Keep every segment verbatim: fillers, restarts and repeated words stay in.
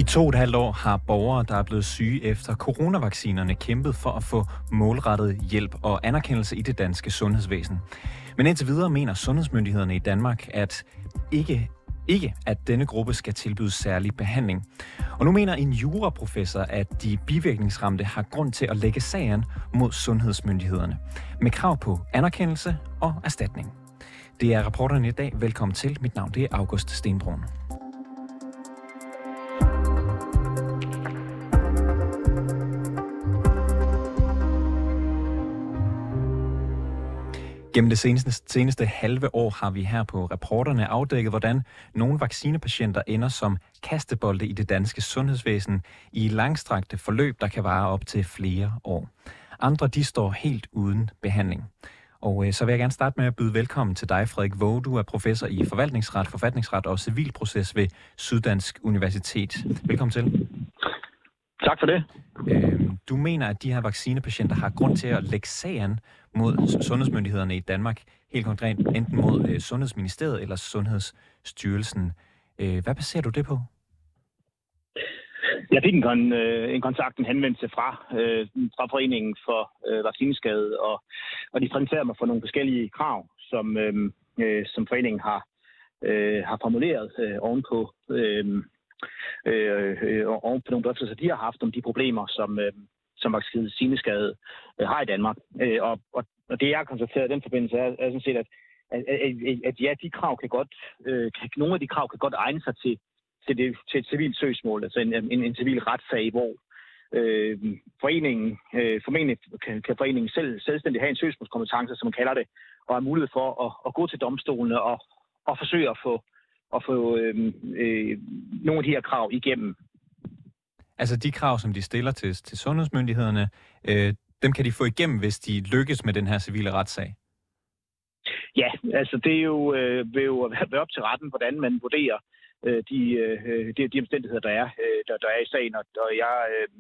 to og et halvt år har borgere, der er blevet syge efter coronavaccinerne, kæmpet for at få målrettet hjælp og anerkendelse i det danske sundhedsvæsen. Men indtil videre mener sundhedsmyndighederne i Danmark, at ikke, ikke at denne gruppe skal tilbydes særlig behandling. Og nu mener en juraprofessor, at de bivirkningsramte har grund til at lægge sagen mod sundhedsmyndighederne med krav på anerkendelse og erstatning. Det er rapporterne i dag. Velkommen til. Mit navn det er August Stenbrun. Gennem det seneste, seneste halve år har vi her på Reporterne afdækket, hvordan nogle vaccinepatienter ender som kastebolde i det danske sundhedsvæsen i langstrakte forløb, der kan vare op til flere år. Andre de står helt uden behandling. Og øh, så vil jeg gerne starte med at byde velkommen til dig, Frederik Waage. Du er professor i forvaltningsret, forfatningsret og civilproces ved Syddansk Universitet. Velkommen til. Tak for det. Øh, du mener, at de her vaccinepatienter har grund til at lægge sagen mod sundhedsmyndighederne i Danmark, helt konkret enten mod øh, Sundhedsministeriet eller Sundhedsstyrelsen. Øh, hvad baserer du det på? Jeg fik en, en kontakt, en henvendelse fra, øh, fra Foreningen for øh, Vaccineskade, og, og de præsenterer mig for nogle forskellige krav, som, øh, som foreningen har, øh, har formuleret øh, ovenpå, øh, øh, ovenpå nogle drøftelser, de har haft om de problemer, som, øh, som vaccineskade øh, har i Danmark. Øh, og, og, og det, jeg har konstateret i den forbindelse, er, er sådan set, at, at, at, at ja, de krav kan godt, øh, kan, nogle af de krav kan godt egne sig til Til, det, til et civilt søgsmål, altså en, en, en civil retssag, hvor øh, foreningen, øh, formentlig kan, kan foreningen selv selvstændigt have en søgsmålskompetence, som man kalder det, og har mulighed for at, at gå til domstolene og, og forsøge at få, at få øh, øh, nogle af de her krav igennem. Altså de krav, som de stiller til, til sundhedsmyndighederne, øh, dem kan de få igennem, hvis de lykkes med den her civile retssag? Ja, altså det er jo, øh, vil jo være op til retten, hvordan man vurderer De, de, de omstændigheder, der er, der, der er i sagen, og, og jeg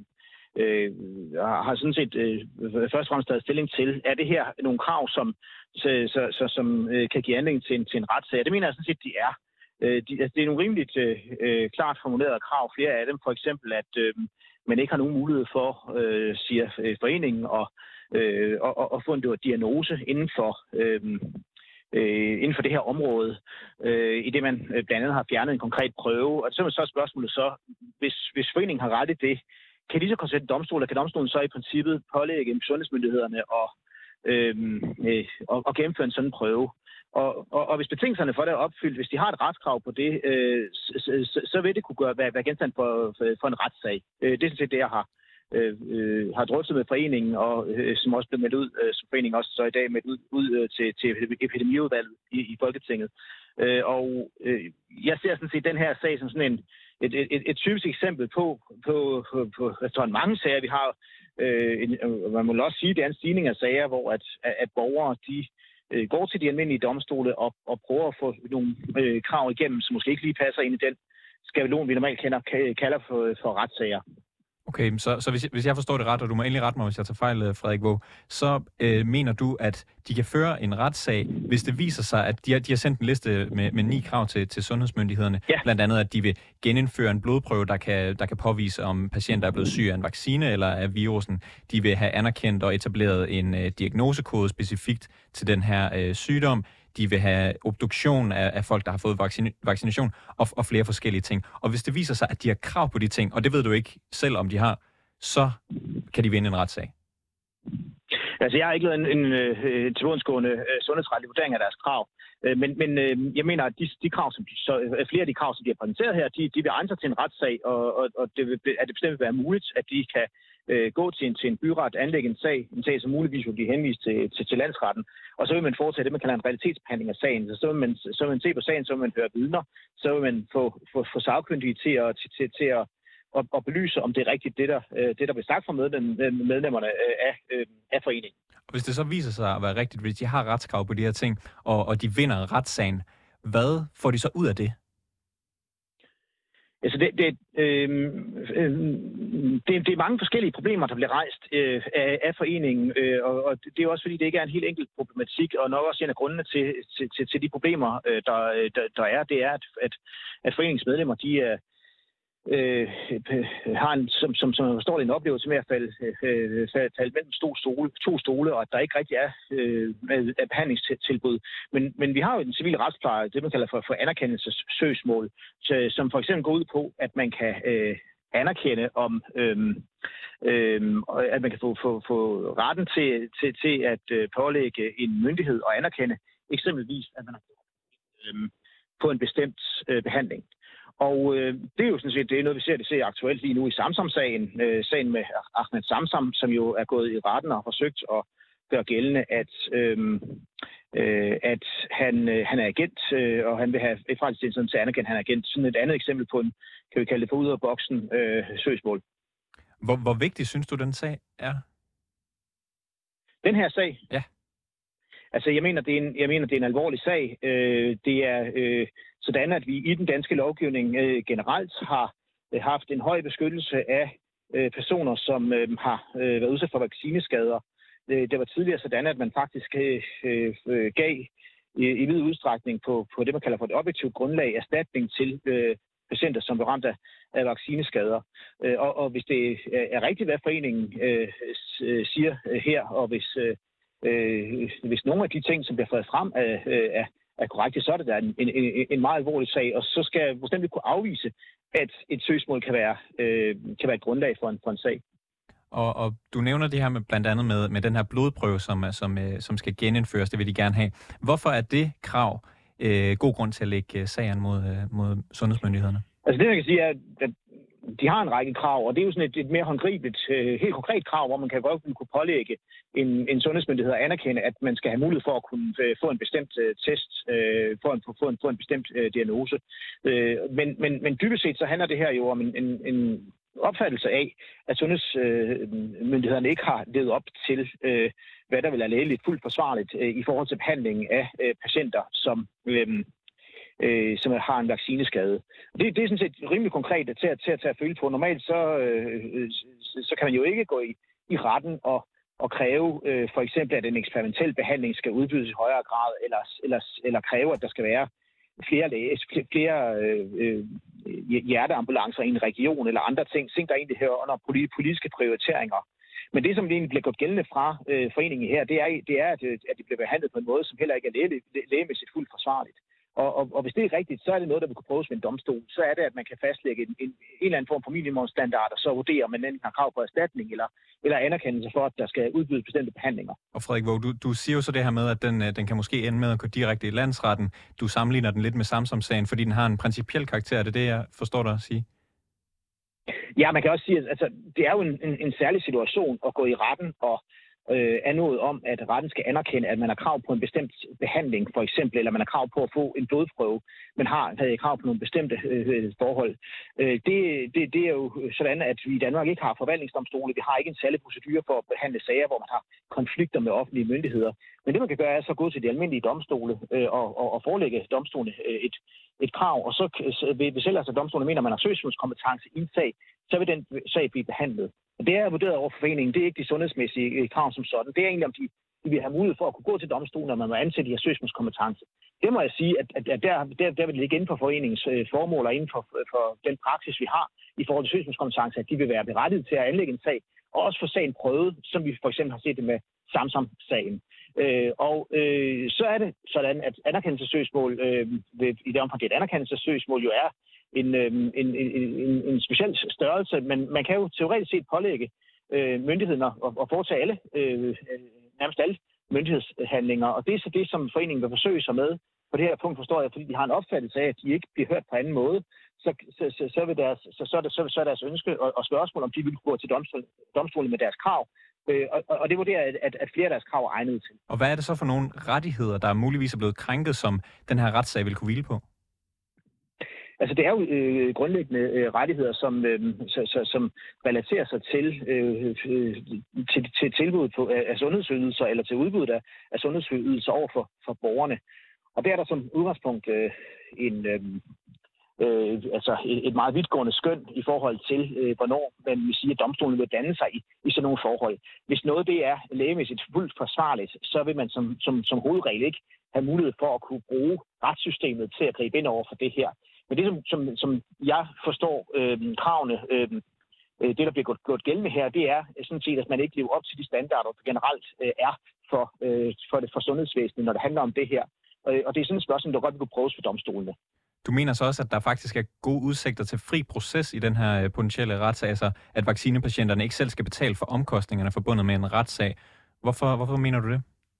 øh, har sådan set øh, først og fremmest taget stilling til, er det her nogle krav, som, så, så, så, som øh, kan give anledning til en, til en retssag? Det mener jeg sådan set, de er. Øh, de, altså, det er nogle rimeligt øh, klart formulerede krav, flere af dem, for eksempel, at øh, man ikke har nogen mulighed for, øh, siger øh, foreningen, og, øh, og, og få en diagnose inden for øh, Øh, inden for det her område, øh, i det man øh, blandt andet har fjernet en konkret prøve. Og så er så spørgsmålet så, hvis, hvis foreningen har ret i det, kan de så konstatere en domstol, eller kan domstolen så i princippet pålægge sundhedsmyndighederne og, øh, øh, og, og gennemføre en sådan prøve? Og, og, og hvis betingelserne for det er opfyldt, hvis de har et retskrav på det, øh, så, så, så vil det kunne gøre, være, være genstand for, for, for en retssag. Øh, det er sådan set det, jeg har. Øh, øh, har drøftet med foreningen, og øh, som også blev meldt ud, øh, som foreningen også så i dag meldt ud, ud øh, til, til epidemiudvalget i, i Folketinget. Øh, og øh, jeg ser sådan set den her sag som sådan en, et, et, et, et typisk eksempel på, på, på, på altså, mange sager, vi har. Øh, en, man må også sige, at det er en stigning af sager, hvor at, at borgere de, øh, går til de almindelige domstole og, og prøver at få nogle øh, krav igennem, som måske ikke lige passer ind i den skabelon, vi normalt kender, kalder for, for retssager. Okay, så, så hvis, hvis jeg forstår det ret, og du må endelig rette mig, hvis jeg tager fejl, Frederik Waage, så øh, mener du, at de kan føre en retssag, hvis det viser sig, at de har, de har sendt en liste med, med ni krav til, til sundhedsmyndighederne, ja. Blandt andet at de vil genindføre en blodprøve, der kan, der kan påvise, om patienter er blevet syge af en vaccine eller af virusen. De vil have anerkendt og etableret en øh, diagnosekode specifikt til den her øh, sygdom. De vil have obduktion af, af folk, der har fået vaccine, vaccination, og, og flere forskellige ting. Og hvis det viser sig, at de har krav på de ting, og det ved du ikke selv, om de har, så kan de vinde en retssag. Altså, jeg har ikke lavet en, en, en tilbundsgående uh, sundhedsretlig vurdering af deres krav. Uh, men men uh, jeg mener, at de, de krav, som de, så, uh, flere af de krav, som de har præsenteret her, de, de vil egne sig til en retssag, og, og, og det vil, at det bestemt vil være muligt, at de kan uh, gå til en, til en byret, anlægge en sag, en sag, som muligvis vil blive henvist til, til, til landsretten, og så vil man foretage det, man kalder en realitetsbehandling af sagen. Så, så, vil man, så vil man se på sagen, så vil man høre vidner, så vil man få, få, få sagkyndige til at, til, til, til at og, og belyse, om det er rigtigt, det der, det der bliver sagt fra medlemmerne af, af foreningen. Og hvis det så viser sig at være rigtigt, hvis de har retskrav på de her ting, og, og de vinder retssagen, hvad får de så ud af det? Altså det, det, øh, øh, det, det er mange forskellige problemer, der bliver rejst øh, af, af foreningen, øh, og, og det er også fordi, det ikke er en helt enkelt problematik, og nok også en af grundene til, til, til, til de problemer, øh, der, der, der er, det er, at, at, at foreningens medlemmer, de er øh, har en, som, som, som jeg forstår det, en oplevelse med at falde, øh, falde mellem to stole, to stole, og at der ikke rigtig er øh, med behandlingstilbud. Men, men vi har jo den civile retspleje, det man kalder for, for anerkendelsessøgsmål, som for eksempel går ud på, at man kan øh, anerkende om, øh, øh, at man kan få, få, få retten til, til, til at øh, pålægge en myndighed og anerkende eksempelvis, at man har øh, på en bestemt øh, behandling. Og øh, det er jo sådan set det er noget, vi ser, det ser aktuelt lige nu i Samsam-sagen. Øh, sagen med Ahmed Samsam, som jo er gået i retten og har forsøgt at gøre gældende, at, øh, øh, at han, øh, han er agent, øh, og han vil have et faktisk sådan til at anerkende, han er agent. Sådan et andet eksempel på en, kan vi kalde det for ud af boksen, øh, søgsmål. Hvor, hvor vigtig synes du, den sag er? Den her sag? Ja. Altså, jeg mener, det er en, jeg mener, det er en alvorlig sag. Øh, det er øh, sådan, at vi i den danske lovgivning øh, generelt har øh, haft en høj beskyttelse af øh, personer, som øh, har øh, været udsat for vaccineskader. Øh, det var tidligere sådan, at man faktisk øh, øh, gav i, i vid udstrækning på, på det, man kalder for et objektivt grundlag, erstatning til øh, patienter, som blev ramt af, af vaccineskader. Øh, og, og hvis det er rigtigt, hvad foreningen øh, siger her, og hvis øh, Øh, hvis nogle af de ting, som bliver fået frem, er, er, er korrekte, så er det da en, en, en meget alvorlig sag, og så skal jeg bestemt kunne afvise, at et søgsmål kan være, øh, kan være et grundlag for en, for en sag. Og, og du nævner det her med blandt andet med, med den her blodprøve, som, som, som skal genindføres, det vil de gerne have. Hvorfor er det krav øh, god grund til at lægge sagerne mod, mod sundhedsmyndighederne? Altså det, jeg kan sige, er, at de har en række krav, og det er jo sådan et, et mere håndgribeligt, øh, helt konkret krav, hvor man kan godt kunne pålægge en, en sundhedsmyndighed at anerkende, at man skal have mulighed for at kunne øh, få en bestemt øh, test, øh, få, en, få, en, få en bestemt øh, diagnose. Øh, men, men, men dybest set så handler det her jo om en, en, en opfattelse af, at sundhedsmyndighederne ikke har levet op til, øh, hvad der vil være lægeligt fuldt forsvarligt øh, i forhold til behandlingen af øh, patienter, som... Øh, Øh, som har en vaccineskade. Det, det er sådan set rimelig konkret til at, til at tage at følge på. Normalt så, øh, så kan man jo ikke gå i, i retten og, og kræve øh, for eksempel, at en eksperimentel behandling skal udbydes i højere grad, eller, eller, eller kræve, at der skal være flere, læge, flere øh, hjerteambulancer i en region, eller andre ting, ting der egentlig hører under politiske prioriteringer. Men det, som egentlig bliver gjort gældende fra øh, foreningen her, det er, det er at, at det bliver behandlet på en måde, som heller ikke er læge, lægemæssigt fuldt forsvarligt. Og, og, og hvis det er rigtigt, så er det noget, der vil kunne prøves ved en domstol. Så er det, at man kan fastlægge en, en, en eller anden form for minimumsstandard, og så vurdere, om man enten har krav på erstatning eller, eller anerkendelse for, at der skal udbydes bestemte behandlinger. Og Frederik Waage, du, du siger jo så det her med, at den, den kan måske ende med at gå direkte i landsretten. Du sammenligner den lidt med Samsam-sagen, fordi den har en principiel karakter. Er det det, jeg forstår dig at sige? Ja, man kan også sige, at altså, det er jo en, en, en særlig situation at gå i retten og Øh, anmodet om, at retten skal anerkende, at man har krav på en bestemt behandling, for eksempel, eller man har krav på at få en blodprøve, man har havde krav på nogle bestemte øh, forhold. Øh, det, det, det er jo sådan, at vi i Danmark ikke har forvaltningsdomstole. Vi har ikke en særlig procedure for at behandle sager, hvor man har konflikter med offentlige myndigheder. Men det, man kan gøre, er så gå til de almindelige domstole øh, og, og, og forelægge domstolene øh, et, et krav, og så hvis ellers at domstolene mener, at man har søgsmålskompetence i en sag, så vil den sag blive behandlet. Og det er vurderet over for foreningen. Det er ikke de sundhedsmæssige krav som sådan. Det er egentlig, om de, de vil have mulighed for at kunne gå til domstolen, når man må ansætte de her søgsmålskompetence. Det må jeg sige, at, at, at der, der, der vil det ligge inden for foreningens øh, formål og inden for, for den praksis, vi har i forhold til søgsmålskompetence, at de vil være berettiget til at anlægge en sag, og også få sagen prøvet, som vi for eksempel har set det med Samsam-sagen. Øh, og øh, så er det sådan, at anerkendelsessøgsmål, øh, ved, i det omfang det er et anerkendelsessøgsmål, jo er en, en, en, en, en speciel størrelse, men man kan jo teoretisk set pålægge øh, myndighederne og, og foretage alle, øh, nærmest alle myndighedshandlinger, og det er så det, som foreningen vil forsøge sig med. På det her punkt forstår jeg, fordi de har en opfattelse af, at de ikke bliver hørt på anden måde, så, så, så, så, vil deres, så, så, er det, så, så er deres ønske og, og spørgsmål, om de vil gå til domstolen, domstolen med deres krav. Øh, og, og det vurderer, at, at flere af deres krav er egnet til. Og hvad er det så for nogle rettigheder, der muligvis er blevet krænket, som den her retssag vil kunne hvile på? Altså det er jo øh, grundlæggende øh, rettigheder, som, øh, så, så, som relaterer sig til, øh, til, til tilbud på, af sundhedsydelser eller til udbuddet af, af sundhedsydelser over for, for borgerne. Og der er der som udgangspunkt øh, en, øh, øh, altså et, et meget vidtgående skøn i forhold til, øh, hvornår man vil sige, at domstolen vil danne sig i, i sådan nogle forhold. Hvis noget det er lægemæssigt fuldt forsvarligt, så vil man som, som, som hovedregel ikke have mulighed for at kunne bruge retssystemet til at gribe ind over for det her. Men det, som, som, som jeg forstår øh, kravene, øh, det, der bliver gjort, gjort gældende her, det er sådan set, at man ikke lever op til de standarder, der generelt øh, er for, øh, for, det, for sundhedsvæsenet, når det handler om det her. Og, og det er sådan et spørgsmål, der godt vil kunne prøves for domstolene. Du mener så også, at der faktisk er gode udsigter til fri proces i den her potentielle retssag, altså at vaccinepatienterne ikke selv skal betale for omkostningerne forbundet med en retssag. Hvorfor, hvorfor mener du det?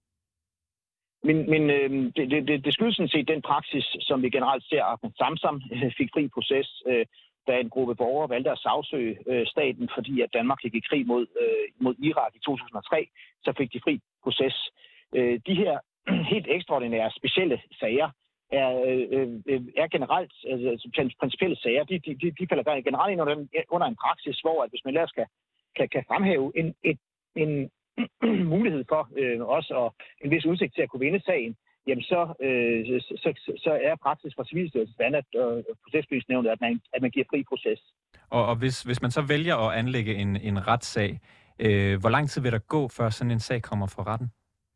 Men, men øh, det, det, det skyldes sådan set den praksis, som vi generelt ser, at Samsam fik fri proces, øh, da en gruppe borgere valgte at sagsøge øh, staten, fordi at Danmark gik i krig mod, øh, mod Irak i to tusind og tre, så fik de fri proces. Øh, de her helt ekstraordinære, specielle sager er, øh, er generelt, altså principielle sager, de, de, de falder generelt ind under, under en praksis, hvor at hvis man ellers kan, kan, kan fremhæve en, et, en mulighed for øh, også og en vis udsigt til at kunne vinde sagen, jamen så, øh, så, så, så er praksis fra Civilstyrelsens standard og procesbevisnævnet, at man, at man giver fri proces. Og, og hvis, hvis man så vælger at anlægge en, en retssag, øh, hvor lang tid vil der gå, før sådan en sag kommer for retten?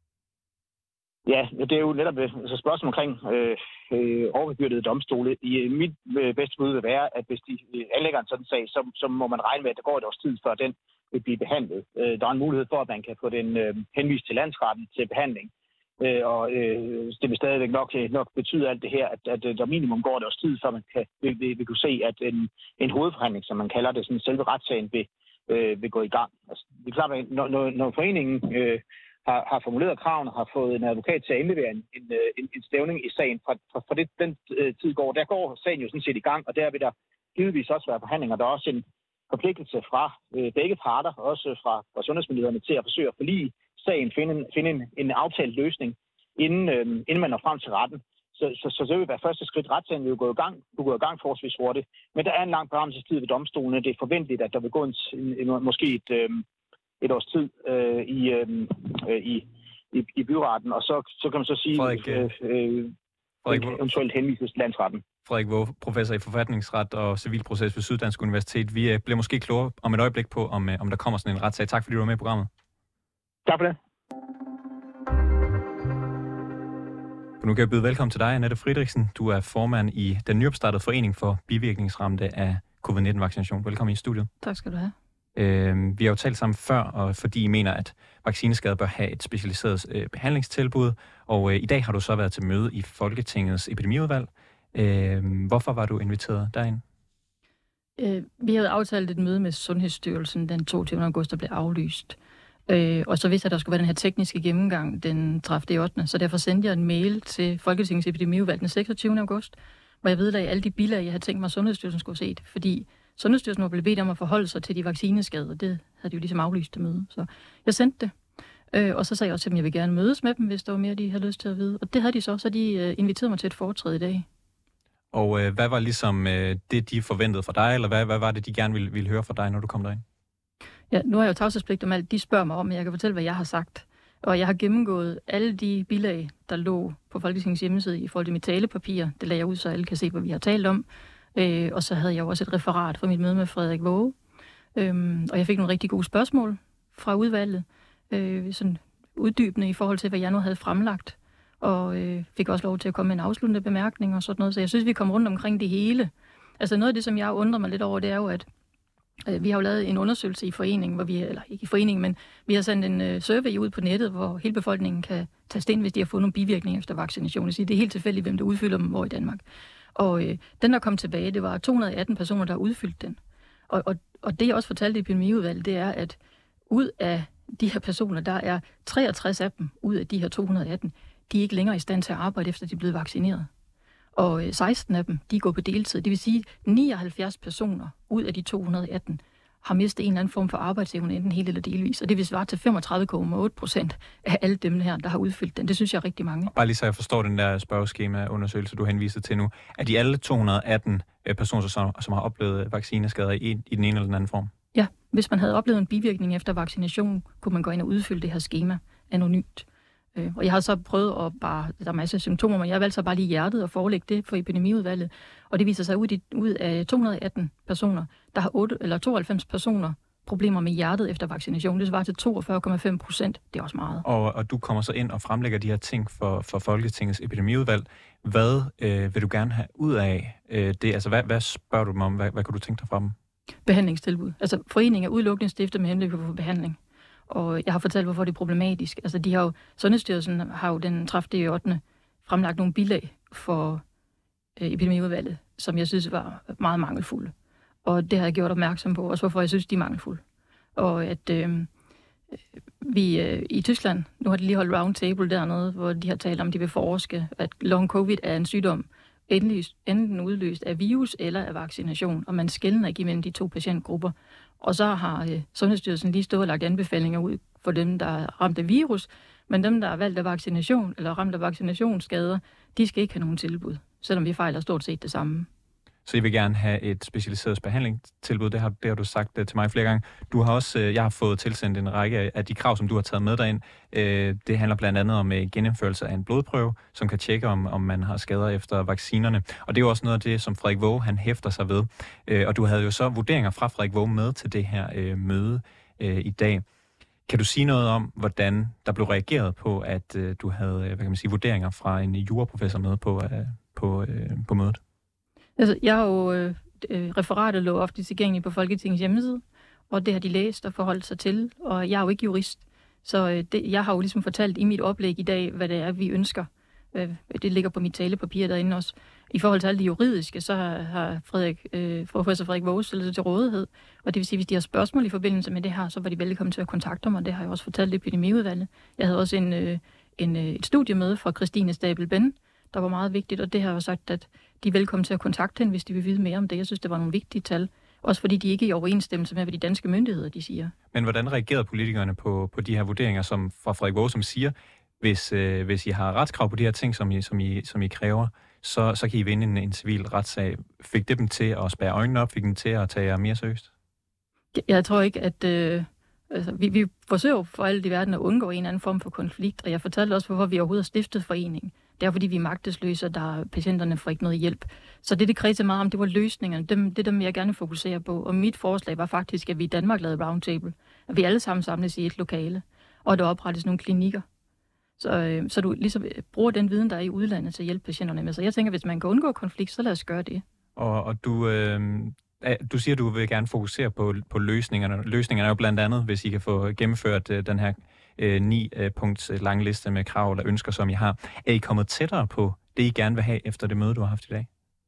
Ja, det er jo netop altså spørgsmål omkring øh, øh, overbebyrdede domstole. I mit øh, bedste bud vil være, at hvis de øh, anlægger en sådan sag, så, så må man regne med, at der går et års tid, før den vil blive behandlet. Øh, der er en mulighed for, at man kan få den øh, henvist til landsretten til behandling. Øh, og øh, det vil stadigvæk nok, nok betyde alt det her, at, at der minimum går et års tid, før man kan, vil, vil, vil kunne se, at en, en hovedforhandling, som man kalder det, sådan selve retssagen, vil, øh, vil gå i gang. Altså, det er klart, at når, når, når foreningen øh, har, har formuleret kravene, har fået en advokat til at indlevere en, en, en, en stævning i sagen, fra, fra, fra det, den øh, tid går, der går sagen jo sådan set i gang, og der vil der givetvis også være forhandlinger. Der er også en forpligtelse fra øh, begge parter, også fra, fra sundhedsmyndighederne, til at forsøge at forlige sagen, finde en, finde en, en aftalt løsning, inden, øh, inden man når frem til retten. Så, så, så det vil være første skridt. Retssagen vil jo gå i gang, vil gå i gang forholdsvis hurtigt. Men der er en lang berammelsestid ved domstolene. Det er forventeligt, at der vil gå en, en, en, måske et, øh, et års tid øh, i, øh, i, i, i byretten, og så, så kan man så sige, Frederik, øh, øh, Frederik, eventuelt henvises til landsretten. Frederik Waage, professor i forfatningsret og civilproces ved Syddansk Universitet. Vi bliver måske klogere om et øjeblik på, om, om der kommer sådan en retssag. Tak fordi du var med i programmet. Tak for det. Nu kan jeg byde velkommen til dig, Annette Friedrichsen. Du er formand i den nyopstartede forening for bivirkningsramte af covid nitten-vaccination. Velkommen i studiet. Tak skal du have. Øh, vi har jo talt sammen før, og fordi I mener, at vaccineskader bør have et specialiseret øh, behandlingstilbud. Og øh, i dag har du så været til møde i Folketingets epidemiudvalg. Øh, hvorfor var du inviteret derind? Øh, vi havde aftalt et møde med Sundhedsstyrelsen den toogtyvende august, der blev aflyst. Øh, og så vidste jeg, at der skulle være den her tekniske gennemgang den tredivte ottende Så derfor sendte jeg en mail til Folketingets epidemiudvalg den seksogtyvende august, hvor jeg vedlagde alle de bilag, jeg havde tænkt mig, at Sundhedsstyrelsen skulle se det. Fordi Sundhedsstyrelsen var blevet bedt om at forholde sig til de vaccineskader. Det havde de jo ligesom aflyst det møde. Så jeg sendte det. Øh, og så sagde jeg også til dem, at jeg vil gerne mødes med dem, hvis der var mere, de havde lyst til at vide. Og det havde de så, så de øh, inviterede mig til et foretræde i dag. Og øh, hvad var ligesom øh, det, de forventede fra dig, eller hvad, hvad var det, de gerne ville, ville høre fra dig, når du kom derind? Ja, nu har jeg jo tavshedspligt om alt, de spørger mig om, men jeg kan fortælle, hvad jeg har sagt. Og jeg har gennemgået alle de bilag, der lå på Folketingets hjemmeside i forhold til mit talepapir. Det lagde jeg ud, så alle kan se, hvad vi har talt om. Øh, og så havde jeg jo også et referat fra mit møde med Frederik Waage. Øhm, og jeg fik nogle rigtig gode spørgsmål fra udvalget. Øh, sådan uddybende i forhold til, hvad jeg nu havde fremlagt. Og øh, fik også lov til at komme med en afsluttende bemærkning og sådan noget. Så jeg synes, vi kom rundt omkring det hele. Altså noget af det, som jeg undrer mig lidt over, det er jo, at øh, vi har jo lavet en undersøgelse i foreningen, hvor vi, eller ikke i foreningen, men vi har sendt en øh, survey ud på nettet, hvor hele befolkningen kan tage ind, hvis de har fået nogle bivirkninger efter vaccination. Det er helt tilfældigt, hvem der udfylder dem hvor i Danmark. Og øh, den, der kom tilbage, det var to hundrede og atten personer, der har udfyldt den. Og, og, og det, jeg også fortalte i epidemiudvalget, det er, at ud af de her personer, der er treogtres af dem, ud af de her to hundrede og atten, de er ikke længere i stand til at arbejde, efter de er blevet vaccineret. Og øh, seksten af dem, de går på deltid. Det vil sige, nioghalvfjerds personer ud af de to hundrede og atten har mistet en eller anden form for arbejdsevne, enten helt eller delvis. Og det vil svare til femogtredive komma otte procent af alle dem her, der har udfyldt den. Det synes jeg er rigtig mange. Bare lige så jeg forstår den der spørgeskema-undersøgelse, du henviser til nu. Er de alle to hundrede og atten personer, som, som har oplevet vaccineskader i, i den ene eller den anden form? Ja, hvis man havde oplevet en bivirkning efter vaccination, kunne man gå ind og udfylde det her skema anonymt. Og jeg har så prøvet at bare, der er masser af symptomer, men jeg har valgt så bare lige hjertet og forelægge det for epidemiudvalget. Og det viser sig ud, i, ud af to hundrede og atten personer, der har otte, eller tooghalvfems personer problemer med hjertet efter vaccination. Det svarer til toogfyrre komma fem procent. Det er også meget. Og, og du kommer så ind og fremlægger de her ting for, for Folketingets epidemiudvalg. Hvad øh, vil du gerne have ud af øh, det? Altså, hvad, hvad spørger du dem om? Hvad, hvad kunne du tænke dig fra dem? Behandlingstilbud. Altså, foreningen er udelukkende stiftet med henblik på behandling. Og jeg har fortalt, hvorfor det er problematisk. Altså, de har jo, Sundhedsstyrelsen har jo den tredivte ottende fremlagt nogle bilag for øh, epidemiudvalget, som jeg synes var meget mangelfulde. Og det har jeg gjort opmærksom på, også hvorfor jeg synes, de er mangelfulde. Og at øh, vi øh, i Tyskland, nu har de lige holdt roundtable dernede, hvor de har talt om, at de vil forske, at long covid er en sygdom, enten udløst af virus eller af vaccination, og man skelner ikke imellem de to patientgrupper. Og så har øh, Sundhedsstyrelsen lige stået og lagt anbefalinger ud for dem, der er ramt af virus, men dem, der er valgt af vaccination eller ramt af vaccinationsskader, de skal ikke have nogen tilbud, selvom vi fejler stort set det samme. Så I vil gerne have et specialiseret behandlingstilbud, det har, det har du sagt uh, til mig flere gange. Du har også, uh, jeg har fået tilsendt en række af de krav, som du har taget med derind. Uh, det handler blandt andet om uh, genindførelse af en blodprøve, som kan tjekke, om, om man har skader efter vaccinerne. Og det er jo også noget af det, som Frederik Waage, han hæfter sig ved. Uh, og du havde jo så vurderinger fra Frederik Waage med til det her uh, møde uh, i dag. Kan du sige noget om, hvordan der blev reageret på, at uh, du havde hvad kan man sige, vurderinger fra en juraprofessor med på, uh, på, uh, på mødet? Altså, jeg har jo øh, referatet lå ofte tilgængeligt på Folketingets hjemmeside, og det har de læst og forholdt sig til, og jeg er jo ikke jurist, så øh, det, jeg har jo ligesom fortalt i mit oplæg i dag, hvad det er, vi ønsker. Øh, det ligger på mit talepapir derinde også. I forhold til alt det juridiske, så har Frederik, øh, professor Frederik Waage stillet sig til rådighed, og det vil sige, hvis de har spørgsmål i forbindelse med det her, så var de velkommen til at kontakte mig, det har jeg også fortalt i epidemiudvalget. Jeg havde også en, øh, en, øh, et studie med fra Christine Stabel-Ben, der var meget vigtigt, og det har jeg jo sagt, at de er velkommen til at kontakte hende, hvis de vil vide mere om det. Jeg synes, det var nogle vigtige tal. Også fordi de ikke er i overensstemmelse med, hvad de danske myndigheder de siger. Men hvordan reagerede politikerne på, på de her vurderinger som fra Frederik Waage, som siger, hvis, øh, hvis I har retskrav på de her ting, som I, som I, som I kræver, så, så kan I vinde en, en civil retssag. Fik det dem til at spærre øjnene op? Fik dem til at tage jer mere seriøst? Jeg tror ikke, at... Øh, altså, vi, vi forsøger for alt i verden at undgå en anden form for konflikt, og jeg fortalte også, hvorfor vi overhovedet har stiftet foreningen. Det er fordi, vi er magtesløse, og der patienterne får ikke noget hjælp. Så det, det kredsede meget om, det var løsningerne. Dem, det er dem, jeg gerne fokusere på. Og mit forslag var faktisk, at vi i Danmark lavede roundtable. At vi alle sammen samles i et lokale, og der oprettes nogle klinikker. Så, øh, så du ligesom bruger den viden, der er i udlandet til at hjælpe patienterne med. Så jeg tænker, hvis man kan undgå konflikt, så lad os gøre det. Og, og du... Øh... Du siger, du vil gerne fokusere på, på løsningerne. Løsningerne er jo blandt andet, hvis I kan få gennemført uh, den her uh, ni uh, punkts uh, lange liste med krav eller ønsker, som I har. Er I kommet tættere på det, I gerne vil have efter det møde, du har haft i dag?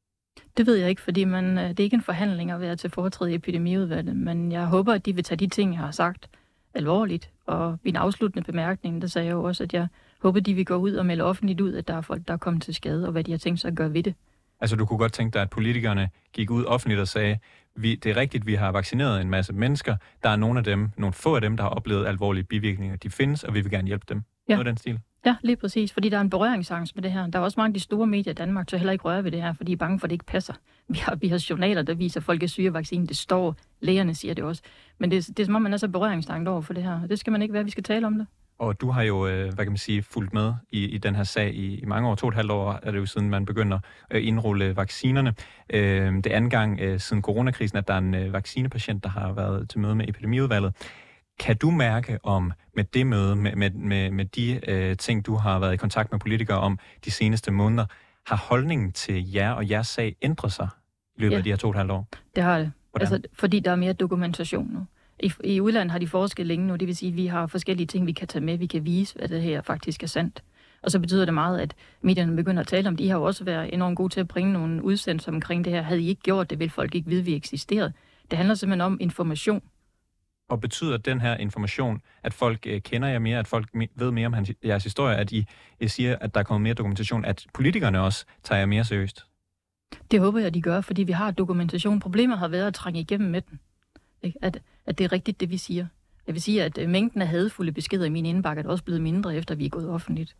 Det ved jeg ikke, fordi man, det er ikke en forhandling at være til foretræde i epidemiudvalget, men jeg håber, at de vil tage de ting, jeg har sagt, alvorligt. Og min afsluttende bemærkning, der sagde jeg jo også, at jeg håber, de vil gå ud og melde offentligt ud, at der er folk, der er kommet til skade, og hvad de har tænkt sig at gøre ved det. Altså, du kunne godt tænke dig, at politikerne gik ud offentligt og sagde, vi, det er rigtigt, vi har vaccineret en masse mennesker. Der er nogle af dem, nogle få af dem, der har oplevet alvorlige bivirkninger. De findes, og vi vil gerne hjælpe dem. Ja. Noget af den stil. Ja, lige præcis. Fordi der er en berøringsangst med det her. Der er også mange af de store medier i Danmark, der heller ikke rører ved det her, fordi de er bange for, at det ikke passer. Vi har, vi har journaler, der viser, at folk er syge af vaccinen. Det står, lægerne siger det også. Men det, det er som om, man er så berøringsangst over for det her. Det skal man ikke være, vi skal tale om det. Og du har jo, hvad kan man sige, fulgt med i, i den her sag i, i mange år. To og et halvt år er det jo siden, man begynder at indrulle vaccinerne. Øh, det er anden gang øh, siden coronakrisen, at der er en øh, vaccinepatient, der har været til møde med epidemiudvalget. Kan du mærke om med det møde, med, med, med, med de øh, ting, du har været i kontakt med politikere om de seneste måneder, har holdningen til jer og jeres sag ændret sig i løbet ja. af de her to og et halvt år? Det har det. Altså, fordi der er mere dokumentation nu. I, I udlandet har de forsket længe nu, det vil sige, at vi har forskellige ting, vi kan tage med, vi kan vise, at det her faktisk er sandt. Og så betyder det meget, at medierne begynder at tale om, de har jo også været enormt gode til at bringe nogle udsendelser omkring det her. Havde I ikke gjort det, vil folk ikke vide, at vi eksisterede. Det handler simpelthen om information. Og betyder den her information, at folk øh, kender jer mere, at folk ved mere om hans, jeres historie, at I, I siger, at der er kommet mere dokumentation, at politikerne også tager jer mere seriøst? Det håber jeg, de gør, fordi vi har dokumentation. Problemet har været at trænge igennem med den. At, at det er rigtigt, det vi siger. Jeg vil sige, at mængden af hadefulde beskeder i min indbakke er også blevet mindre, efter vi er gået offentligt.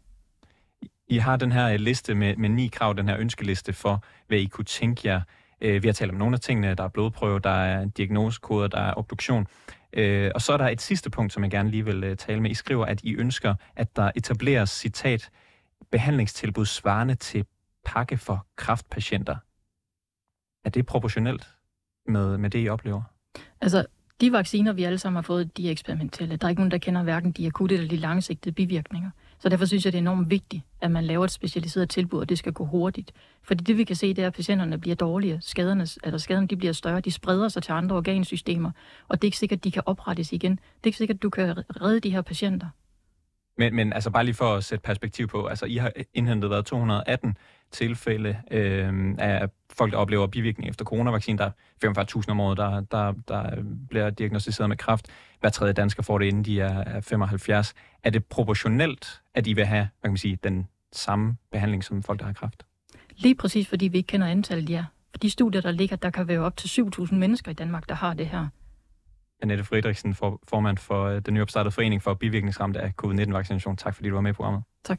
I har den her liste med, med ni krav, den her ønskeliste for, hvad I kunne tænke jer. Vi har talt om nogle af tingene. Der er blodprøve, der er diagnosekoder, der er obduktion. Og så er der et sidste punkt, som jeg gerne lige vil tale med. I skriver, at I ønsker, at der etableres, citat, behandlingstilbud svarende til pakke for kræftpatienter. Er det proportionelt med, med det, I oplever? Altså, De vacciner, vi alle sammen har fået, de er eksperimentelle. Der er ikke nogen, der kender hverken de akutte eller de langsigtede bivirkninger. Så derfor synes jeg, det er enormt vigtigt, at man laver et specialiseret tilbud, og det skal gå hurtigt. Fordi det, vi kan se, det er, at patienterne bliver dårligere. Skaderne, eller skaderne de bliver større. De spreder sig til andre organsystemer. Og det er ikke sikkert, at de kan oprettes igen. Det er ikke sikkert, at du kan redde de her patienter. Men, men altså bare lige for at sætte perspektiv på, altså I har indhentet været to hundrede og atten tilfælde øh, af folk, der oplever bivirkning efter coronavaccinen. Der er femogfyrre tusind om året, der, der, der bliver diagnosticeret med kræft. Hver tredje dansker får det, inden de er femoghalvfjerds. Er det proportionelt, at I vil have, hvad kan man sige, den samme behandling som folk, der har kræft? Lige præcis, fordi vi ikke kender antallet, ja. For de studier, der ligger, der kan være op til syv tusind mennesker i Danmark, der har det her. Annette Friedrichsen, for, formand for den nyopstartede forening for bivirkningsramte af covid nitten-vaccination. Tak fordi du var med i programmet. Tak.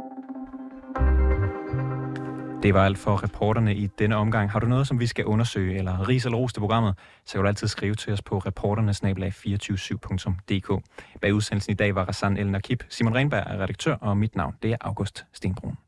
Det var alt for reporterne i denne omgang. Har du noget, som vi skal undersøge, eller ris eller ros til programmet, så kan du altid skrive til os på reporterne snabel-a to fire syv punktum d k. Bag udsendelsen i dag var Rassan El Nakib. Simon Renberg er redaktør, og mit navn det er August Stenbrun.